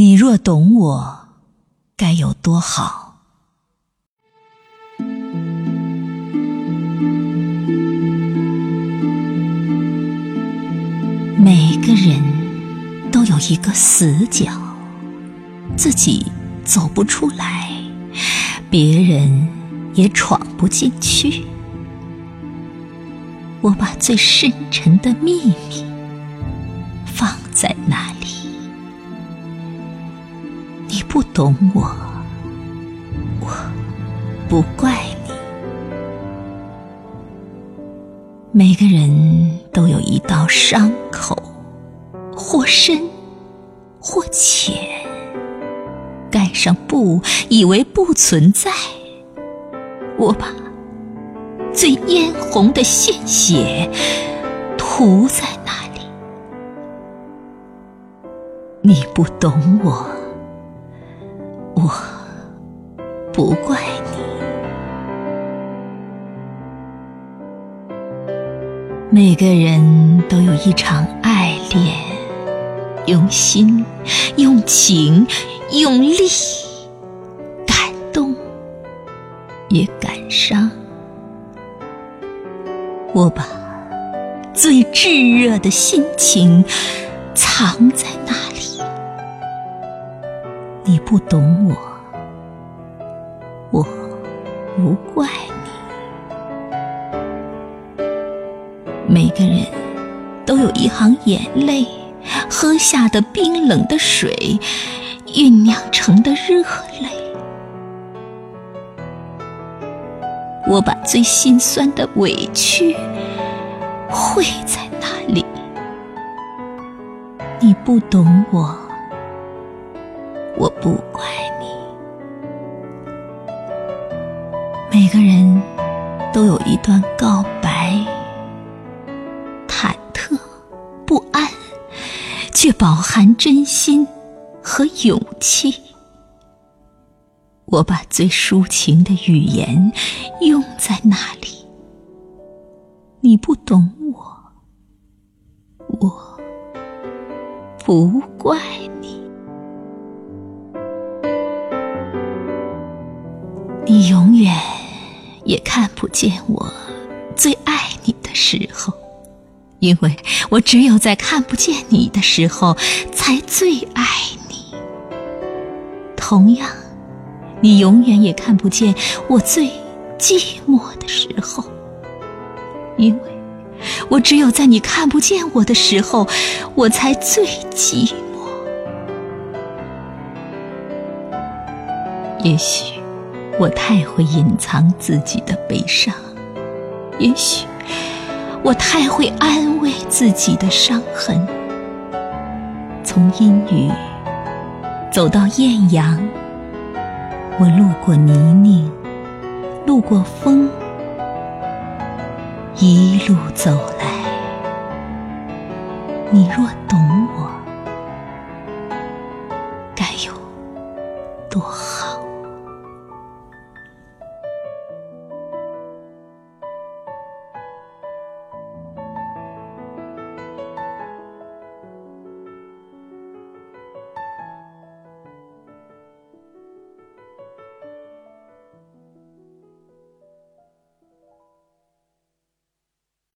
你若懂我，该有多好。每个人都有一个死角，自己走不出来，别人也闯不进去。我把最深沉的秘密放在那里。你不懂我，我不怪你。每个人都有一道伤口，或深或浅，盖上布，以为不存在。我把最嫣红的鲜血涂在那里。你不懂我，我不怪你。每个人都有一场爱恋，用心，用情，用力，感动，也感伤。我把最炙热的心情藏在那里。你不懂我，我不怪你。每个人都有一行眼泪，喝下的冰冷的水，酝酿成的热泪。我把最心酸的委屈汇在那里。你不懂我，我不怪你。每个人都有一段告白，忐忑不安，却饱含真心和勇气。我把最抒情的语言用在那里。你不懂我，我不怪你。你永远也看不见我最爱你的时候，因为我只有在看不见你的时候才最爱你。同样，你永远也看不见我最寂寞的时候，因为我只有在你看不见我的时候，我才最寂寞。也许我太会隐藏自己的悲伤，也许我太会安慰自己的伤痕。从阴雨走到艳阳，我路过泥泞，路过风，一路走来。你若懂我，该有多好。